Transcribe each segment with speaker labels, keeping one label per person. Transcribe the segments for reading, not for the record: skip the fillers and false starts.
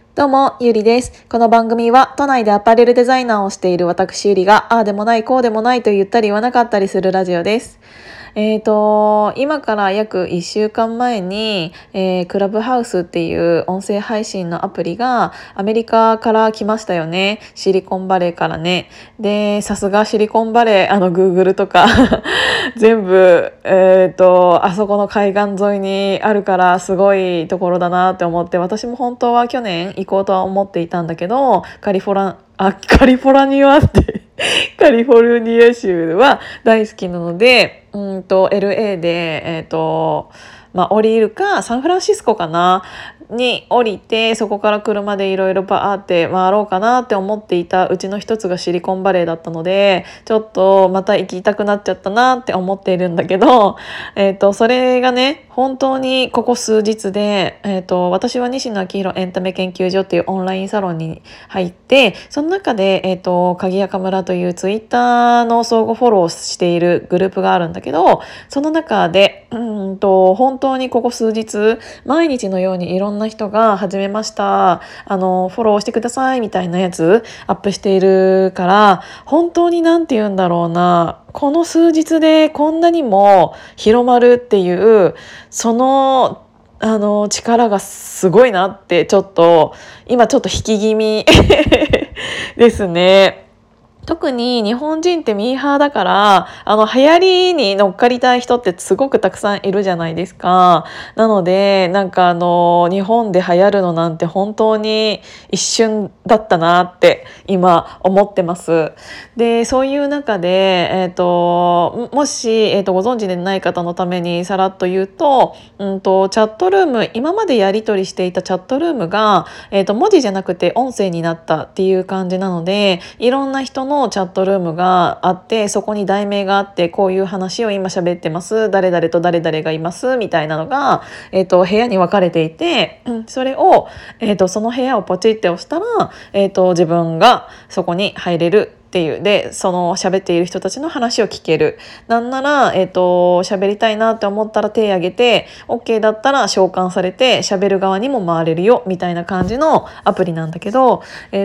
Speaker 1: どうも、ゆりです。この番組は都内でアパレルデザイナーをしている私ゆりが、ああでもないこうでもないと言ったり言わなかったりするラジオです。今から約1週間前に、クラブハウスっていう音声配信のアプリがアメリカから来ましたよね。シリコンバレーからね。で、さすがシリコンバレー、Google とか全部、あそこの海岸沿いにあるからすごいところだなって思って、私も本当は去年行こうとは思っていたんだけど、カリフォルニアってカリフォルニア州は大好きなので、LA で、降りるか、サンフランシスコかなに降りて、そこから車でいろいろバーって回ろうかなって思っていたうちの一つがシリコンバレーだったので、ちょっとまた行きたくなっちゃったなって思っているんだけど、それがね、本当にここ数日で、私は西野昭弘エンタメ研究所っていうオンラインサロンに入って、その中で、鍵やか村というツイッターの相互フォローしているグループがあるんだけど、その中で、本当にここ数日、毎日のようにいろんな人が始めました。フォローしてくださいみたいなやつアップしているから、本当になんて言うんだろうな。この数日でこんなにも広まるっていう、その、力がすごいなって、今ちょっと引き気味ですね。特に日本人ってミーハーだから、流行りに乗っかりたい人ってすごくたくさんいるじゃないですか。なので、日本で流行るのなんて本当に一瞬だったなって今思ってます。で、そういう中で、もし、ご存知でない方のためにさらっと言うと、チャットルーム、今までやり取りしていたチャットルームが、文字じゃなくて音声になったっていう感じなので、いろんな人のチャットルームがあって、そこに題名があって、こういう話を今喋ってます、誰々と誰々がいますみたいなのが、部屋に分かれていて、それを、その部屋をポチって押したら、自分がそこに入れるっていう。で、その喋っている人たちの話を聞ける。なんなら、喋りたいなって思ったら手を挙げて、OK だったら召喚されて喋る側にも回れるよ、みたいな感じのアプリなんだけど、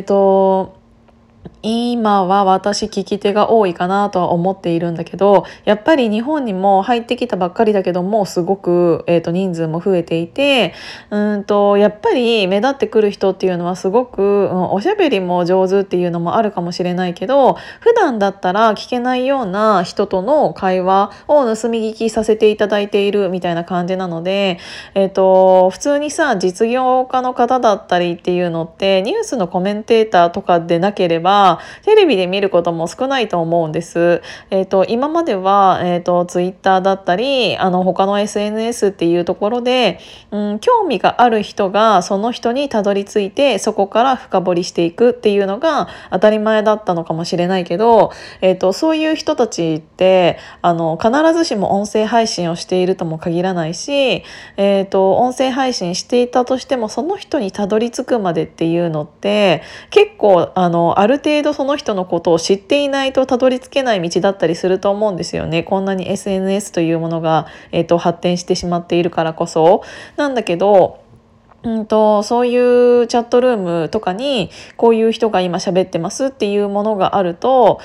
Speaker 1: 今は私聞き手が多いかなとは思っているんだけど、やっぱり日本にも入ってきたばっかりだけどもすごく、人数も増えていて、やっぱり目立ってくる人っていうのはすごく、おしゃべりも上手っていうのもあるかもしれないけど、普段だったら聞けないような人との会話を盗み聞きさせていただいているみたいな感じなので、普通にさ、実業家の方だったりっていうのってニュースのコメンテーターとかでなければテレビで見ることも少ないと思うんです。今までは、ツイッターだったり他の SNS っていうところで、興味がある人がその人にたどり着いて、そこから深掘りしていくっていうのが当たり前だったのかもしれないけど、そういう人たちって必ずしも音声配信をしているとも限らないし、音声配信していたとしてもその人にたどり着くまでっていうのって結構ある程度その人のことを知っていないとたどり着けない道だったりすると思うんですよね。こんなに SNS というものが、発展してしまっているからこそなんだけど、そういうチャットルームとかにこういう人が今喋ってますっていうものがあると、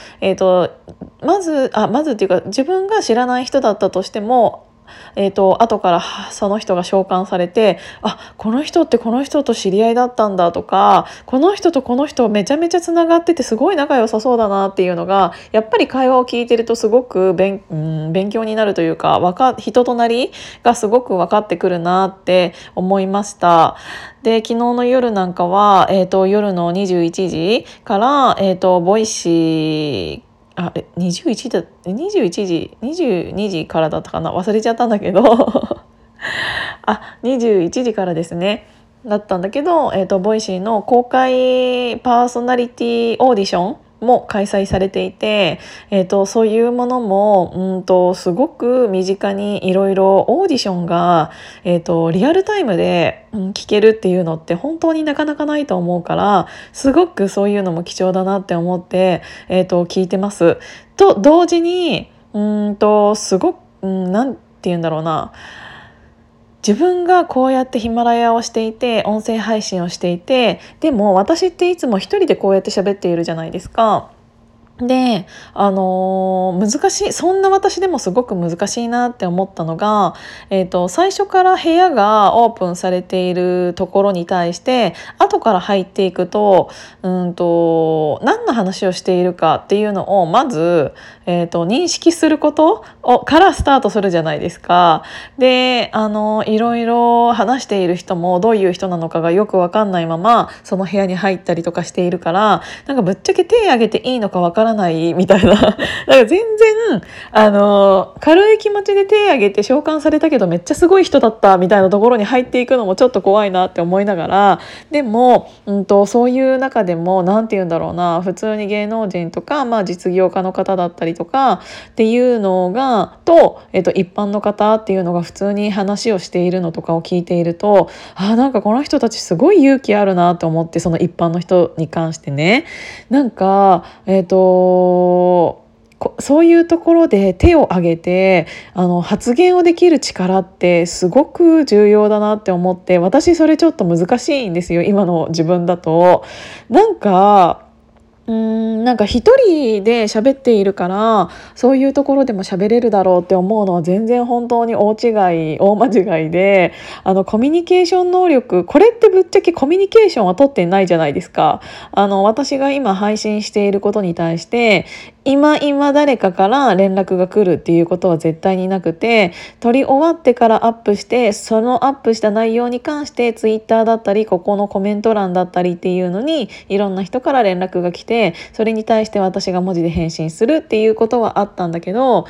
Speaker 1: まずっていうか、自分が知らない人だったとしても後からその人が召喚されて、この人ってこの人と知り合いだったんだとか、この人とこの人めちゃめちゃつながっててすごい仲良さそうだなっていうのが、やっぱり会話を聞いてるとすごく勉強になるというか、人となりがすごく分かってくるなって思いました。で、昨日の夜なんかは、夜の21時から、ボイシー22時からだったかな、忘れちゃったんだけど21時からですねだったんだけど、ボイシーの公開パーソナリティオーディションも開催されていて、そういうものもすごく身近にいろいろオーディションが、リアルタイムで、聞けるっていうのって本当になかなかないと思うから、すごくそういうのも貴重だなって思って、聞いてます。と同時にすごく、なんて言うんだろうな、 自分がこうやってヒマラヤをしていて音声配信をしていて、でも私っていつも一人でこうやって喋っているじゃないですか。で、難しい、そんな私でもすごく難しいなって思ったのが、最初から部屋がオープンされているところに対して後から入っていくと、何の話をしているかっていうのをまず、認識することからスタートするじゃないですか。で、いろいろ話している人もどういう人なのかがよく分かんないままその部屋に入ったりとかしているから、なんかぶっちゃけ手挙げていいのか分からないみたいななんか全然軽い気持ちで手挙げて召喚されたけどめっちゃすごい人だったみたいなところに入っていくのもちょっと怖いなって思いながら、でも、そういう中でもなんて言うんだろうな、普通に芸能人とか、実業家の方だったりとかっていうのが一般の方っていうのが普通に話をしているのとかを聞いていると、なんかこの人たちすごい勇気あるなと思って、その一般の人に関してね、なんかそういうところで手を挙げて発言をできる力ってすごく重要だなって思って、私それちょっと難しいんですよ、今の自分だと。なんか一人で喋っているからそういうところでも喋れるだろうって思うのは全然本当に大間違いで、コミュニケーション能力、これってぶっちゃけコミュニケーションは取ってないじゃないですか。私が今配信していることに対して今誰かから連絡が来るっていうことは絶対になくて、撮り終わってからアップして、そのアップした内容に関してツイッターだったりここのコメント欄だったりっていうのにいろんな人から連絡が来て、それに対して私が文字で返信するっていうことはあったんだけど、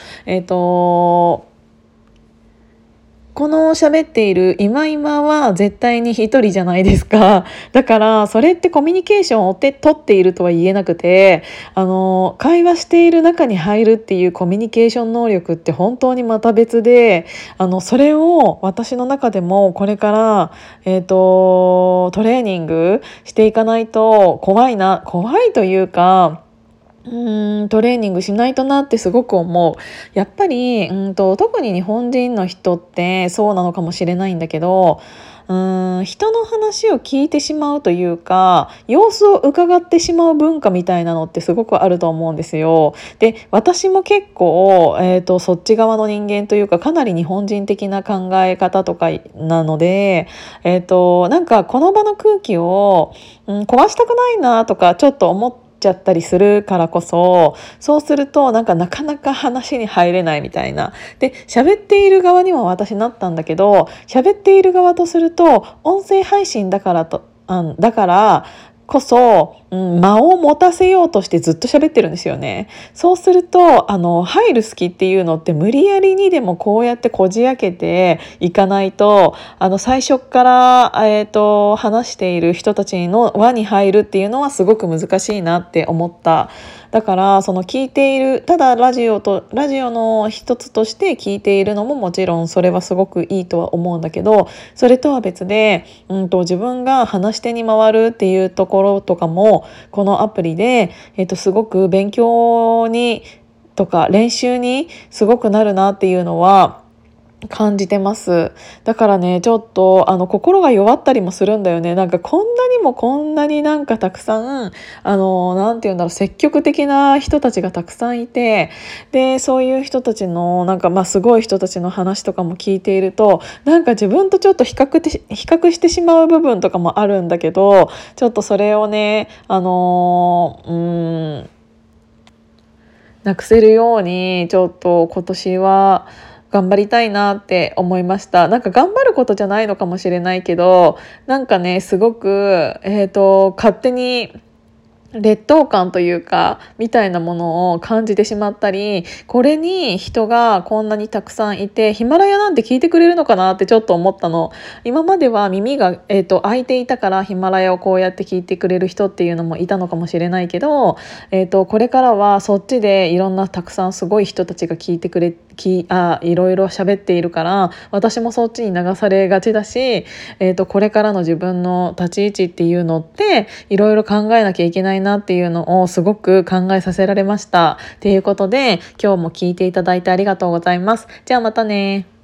Speaker 1: この喋っている今は絶対に一人じゃないですか。だからそれってコミュニケーションを取っているとは言えなくて、会話している中に入るっていうコミュニケーション能力って本当にまた別で、それを私の中でもこれから、トレーニングしていかないと怖いというか、トレーニングしないとなってすごく思う。やっぱり特に日本人の人ってそうなのかもしれないんだけど、人の話を聞いてしまうというか様子を伺ってしまう文化みたいなのってすごくあると思うんですよ。で、私も結構、そっち側の人間というかかなり日本人的な考え方とかなので、なんかこの場の空気を、壊したくないなとかちょっと思ってちゃったりするからこそ、そうするとなかなか話に入れないみたいな。で、喋っている側にも私なったんだけど、喋っている側とすると音声配信だからこそ、間を持たせようとしてずっと喋ってるんですよね。そうすると入る隙っていうのって無理やりにでもこうやってこじ開けていかないと最初から、話している人たちの輪に入るっていうのはすごく難しいなって思った。だからその聞いている、ただラジオの一つとして聞いているのももちろんそれはすごくいいとは思うんだけど、それとは別で、自分が話し手に回るっていうところとかもこのアプリで、すごく勉強にとか練習にすごくなるなっていうのは感じてます。だからね、ちょっと心が弱ったりもするんだよね。なんかこんなになんかたくさんなんて言うんだろう、積極的な人たちがたくさんいて、でそういう人たちのなんかすごい人たちの話とかも聞いていると、なんか自分とちょっと比較してしまう部分とかもあるんだけど、ちょっとそれをねなくせるようにちょっと今年は頑張りたいなって思いました。なんか頑張ることじゃないのかもしれないけど、なんかねすごく勝手に劣等感というかみたいなものを感じてしまったり、これに人がこんなにたくさんいてヒマラヤなんて聞いてくれるのかなってちょっと思ったの。今までは耳が、開いていたからヒマラヤをこうやって聞いてくれる人っていうのもいたのかもしれないけど、これからはそっちでいろんなたくさんすごい人たちが聞いてくれいろいろ喋っているから、私もそっちに流されがちだし、これからの自分の立ち位置っていうのっていろいろ考えなきゃいけないなっていうのをすごく考えさせられました。ということで今日も聞いていただいてありがとうございます。じゃあまたね。